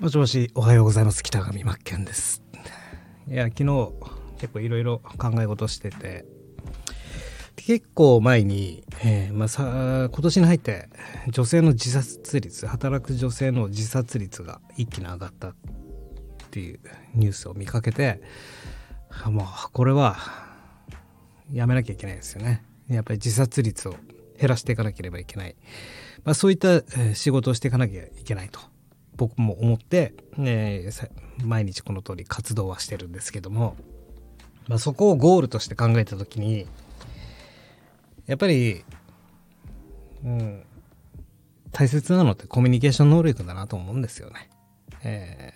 もしもし、おはようございます。北上真剣です。いや、昨日結構いろいろ考え事してて、結構前に、今年に入って女性の自殺率、働く女性の自殺率が一気に上がったっていうニュースを見かけて、もうこれはやめなきゃいけないですよね。やっぱり自殺率を減らしていかなければいけない。そういった仕事をしていかなきゃいけないと。僕も思って、毎日この通り活動はしてるんですけども、そこをゴールとして考えた時にやっぱり、大切なのってコミュニケーション能力だなと思うんですよね。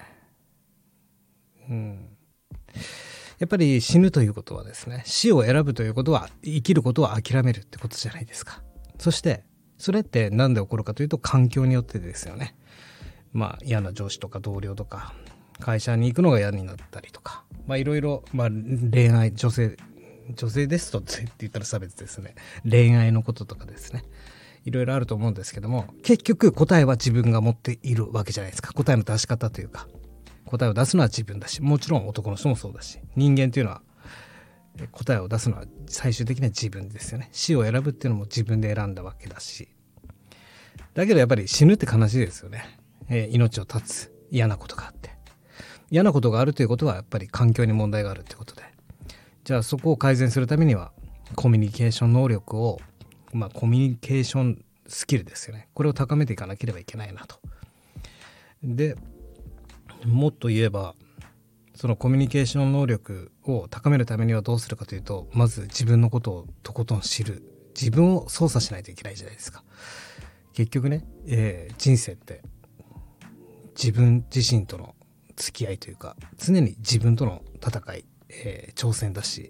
やっぱり死ぬということはですね、死を選ぶということは生きることを諦めるってことじゃないですか。そしてそれって何で起こるかというと、環境によってですよね。嫌な上司とか同僚とか、会社に行くのが嫌になったりとか、いろいろ、恋愛、女性ですとって言ったら差別ですね。恋愛のこととかですね、いろいろあると思うんですけども、結局答えは自分が持っているわけじゃないですか。答えの出し方というか、答えを出すのは自分だし、もちろん男の人もそうだし、人間というのは答えを出すのは最終的には自分ですよね。死を選ぶっていうのも自分で選んだわけだし、だけどやっぱり死ぬって悲しいですよね。命を絶つ、嫌なことがあって、嫌なことがあるということはやっぱり環境に問題があるということで、じゃあそこを改善するためにはコミュニケーション能力を、コミュニケーションスキルですよね。これを高めていかなければいけないなと。でもっと言えば、そのコミュニケーション能力を高めるためにはどうするかというと、まず自分のことをとことん知る、自分を操作しないといけないじゃないですか。結局ね、人生って自分自身との付き合いというか、常に自分との戦い、挑戦だし、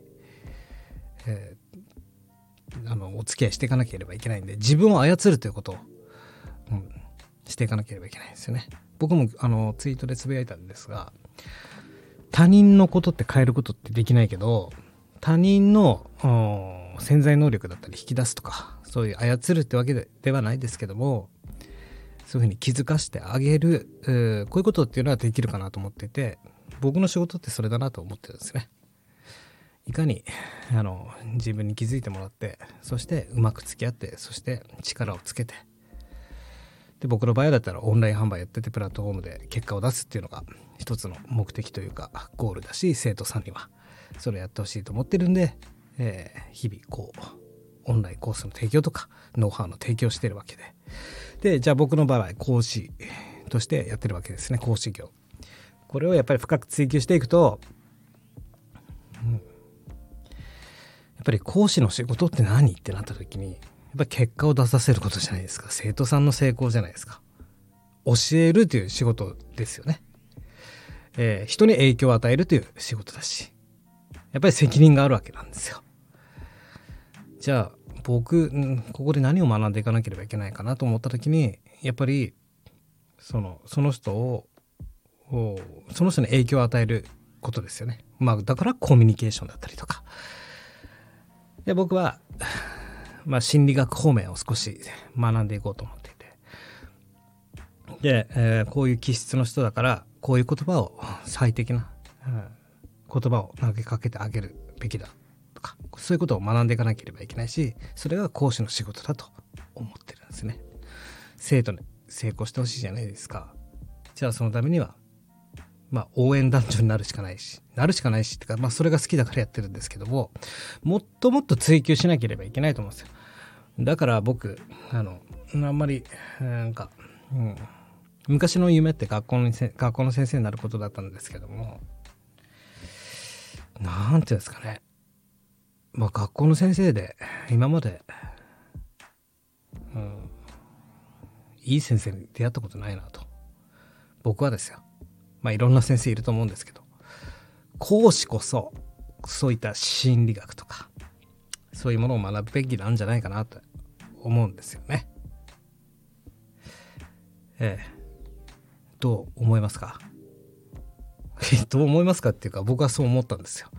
お付き合いしていかなければいけないんで、自分を操るということを、していかなければいけないんですよね。僕もツイートでつぶやいたんですが、他人のことって変えることってできないけど、他人の潜在能力だったり引き出すとか、そういう操るってわけではないですけども、そういうふうに気づかせてあげる、こういうことっていうのはできるかなと思っていて、僕の仕事ってそれだなと思ってるんですね。いかに自分に気づいてもらって、そしてうまく付き合って、そして力をつけて、で僕の場合だったらオンライン販売やってて、プラットフォームで結果を出すっていうのが一つの目的というかゴールだし、生徒さんにはそれやってほしいと思ってるんで、日々オンラインコースの提供とかノウハウの提供してるわけで、じゃあ僕の場合講師としてやってるわけですね。講師業、これをやっぱり深く追求していくと、やっぱり講師の仕事って何ってなった時に、やっぱり結果を出させることじゃないですか。生徒さんの成功じゃないですか。教えるという仕事ですよね。人に影響を与えるという仕事だし、やっぱり責任があるわけなんですよ。じゃあ僕、ここで何を学んでいかなければいけないかなと思った時に、やっぱりその人に影響を与えることですよね。だからコミュニケーションだったりとか。で僕は心理学方面を少し学んでいこうと思っていて、で、こういう気質の人だからこういう言葉を、最適な、言葉を投げかけてあげるべきだとか、そういうことを学んでいかなければいけないし、それが講師の仕事だと思ってるんですね。生徒に成功してほしいじゃないですか。じゃあそのためには応援団長になるしかないしってか、それが好きだからやってるんですけども、もっともっと追求しなければいけないと思うんですよ。だから僕あんまり昔の夢って学校の先生になることだったんですけども、なんていうんですかね、学校の先生で今まで、いい先生に出会ったことないなと。僕はですよ。いろんな先生いると思うんですけど、講師こそそういった心理学とかそういうものを学ぶべきなんじゃないかなと思うんですよね。どう思いますか？どう思いますかっていうか、僕はそう思ったんですよ。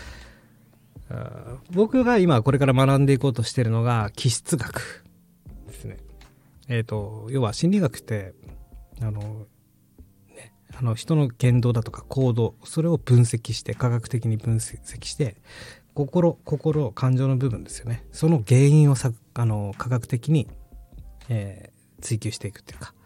僕が今これから学んでいこうとしているのが気質学ですね。要は心理学って人の言動だとか行動、それを分析して、科学的に分析して、心、感情の部分ですよね。その原因を科学的に、追求していくっていうか、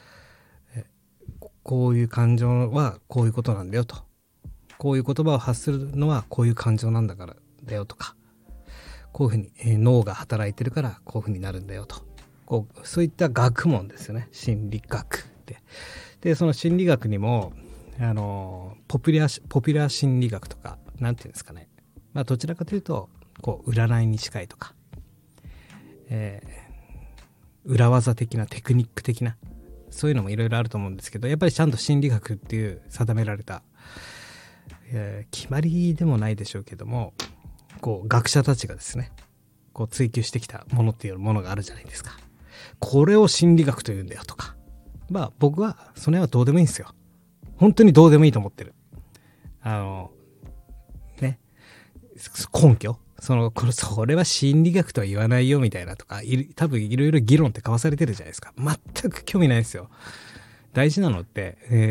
こういう感情はこういうことなんだよと。こういう言葉を発するのはこういう感情なんだからだよとか、こういうふうに、脳が働いてるからこういうふうになるんだよと。そういった学問ですよね。心理学って。で、その心理学にも、ポピュラー心理学とか、なんていうんですかね。まあ、どちらかというと、占いに近いとか、裏技的な、テクニック的な、そういうのもいろいろあると思うんですけど、やっぱりちゃんと心理学っていう定められた、決まりでもないでしょうけども、学者たちがですね、追求してきたものっていうものがあるじゃないですか。これを心理学というんだよとか。まあ僕はその辺はどうでもいいんですよ。本当にどうでもいいと思ってる。ね。根拠それは心理学とは言わないよみたいなとか、多分いろいろ議論って交わされてるじゃないですか。全く興味ないですよ。大事なのって、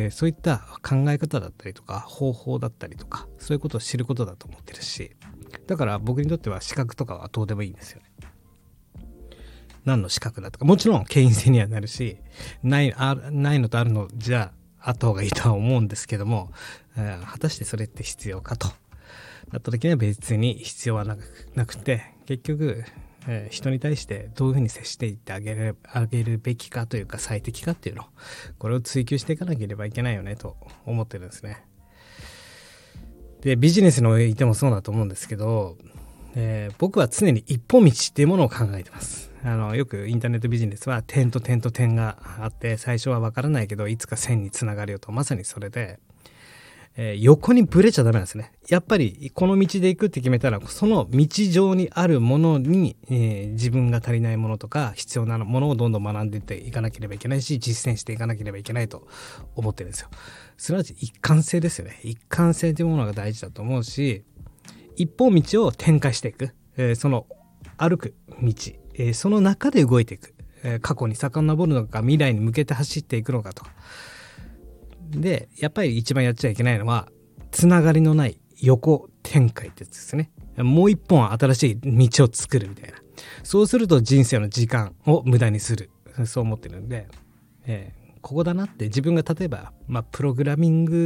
そういった考え方だったりとか、方法だったりとか、そういうことを知ることだと思ってるし、だから僕にとっては資格とかはどうでもいいんですよね。何の資格だとか、もちろん権威性にはなるし、ないのとあるのじゃあった方がいいとは思うんですけども、果たしてそれって必要かとなった時には別に必要はなくて、結局、人に対してどういうふうに接していってあげるべきかというか、最適かっていうの、これを追求していかなければいけないよねと思ってるんですね。で、ビジネスにおいてもそうだと思うんですけど、僕は常に一本道っていうものを考えてます。よくインターネットビジネスは点と点と点があって、最初は分からないけどいつか線につながるよと、まさにそれで、横にブレちゃダメなんですね。やっぱりこの道で行くって決めたら、その道上にあるものに、自分が足りないものとか必要なものをどんどん学んでいっていかなければいけないし、実践していかなければいけないと思ってるんですよ。すなわち一貫性ですよね。一貫性というものが大事だと思うし、一本道を展開していく、その歩く道、その中で動いていく、過去に遡るのか未来に向けて走っていくのかとかで、やっぱり一番やっちゃいけないのはつながりのない横展開ってやつですね。もう一本新しい道を作るみたいな。そうすると人生の時間を無駄にする、そう思ってるんで、ここだなって、自分が例えば、プログラ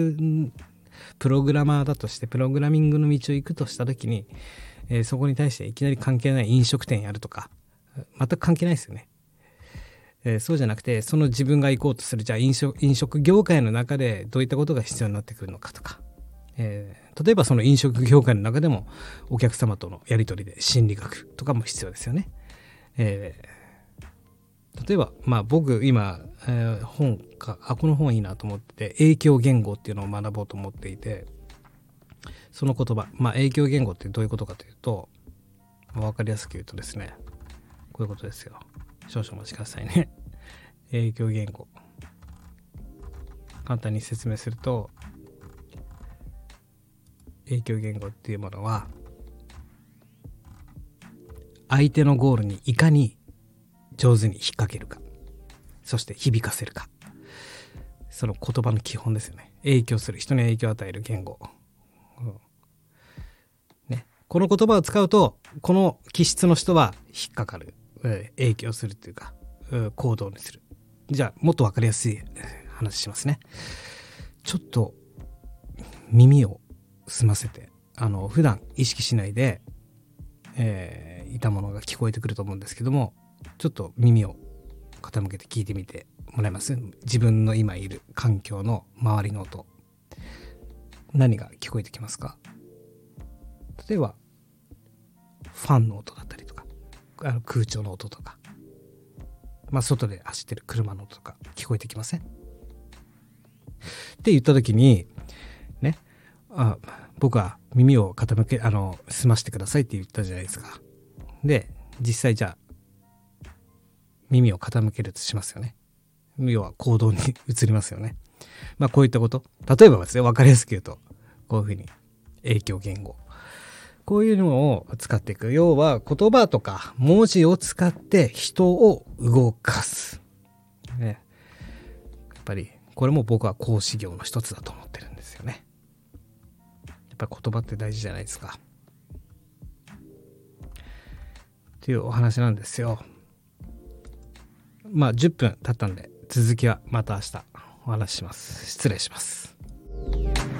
マーだとしてプログラミングの道を行くとした時に、そこに対していきなり関係ない飲食店やるとか全く関係ないですよね。そうじゃなくて、その自分が行こうとするじゃあ飲食業界の中でどういったことが必要になってくるのかとか、例えばその飲食業界の中でもお客様とのやり取りで心理学とかも必要ですよね。例えば僕今、この本いいなと思ってて、影響言語っていうのを学ぼうと思っていて、その言葉、影響言語ってどういうことかというと、分かりやすく言うとですね、こういうことですよ。少々お待ちくださいね。影響言語、簡単に説明すると、影響言語っていうものは、相手のゴールにいかに上手に引っ掛けるか、そして響かせるか、その言葉の基本ですよね。影響する、人に影響を与える言語、この言葉を使うと、この気質の人は引っかかる、影響するというか、行動にする。じゃあもっと分かりやすい話しますね。ちょっと耳を澄ませて、普段意識しないで、いたものが聞こえてくると思うんですけども、ちょっと耳を傾けて聞いてみてもらえます？自分の今いる環境の周りの音、何が聞こえてきますか？例えばファンの音だったりとか、空調の音とか、外で走ってる車の音とか聞こえてきません？って言った時にね、僕は耳を澄ましてくださいって言ったじゃないですか。で、実際じゃあ耳を傾けるとしますよね。要は行動に移りますよね。こういったこと、例えばですね、分かりやすく言うとこういうふうに影響言語、こういうのを使っていく。要は言葉とか文字を使って人を動かす、やっぱりこれも僕は講師業の一つだと思ってるんですよね。やっぱり言葉って大事じゃないですかっていうお話なんですよ。まあ10分経ったんで続きはまた明日お話しします。失礼します。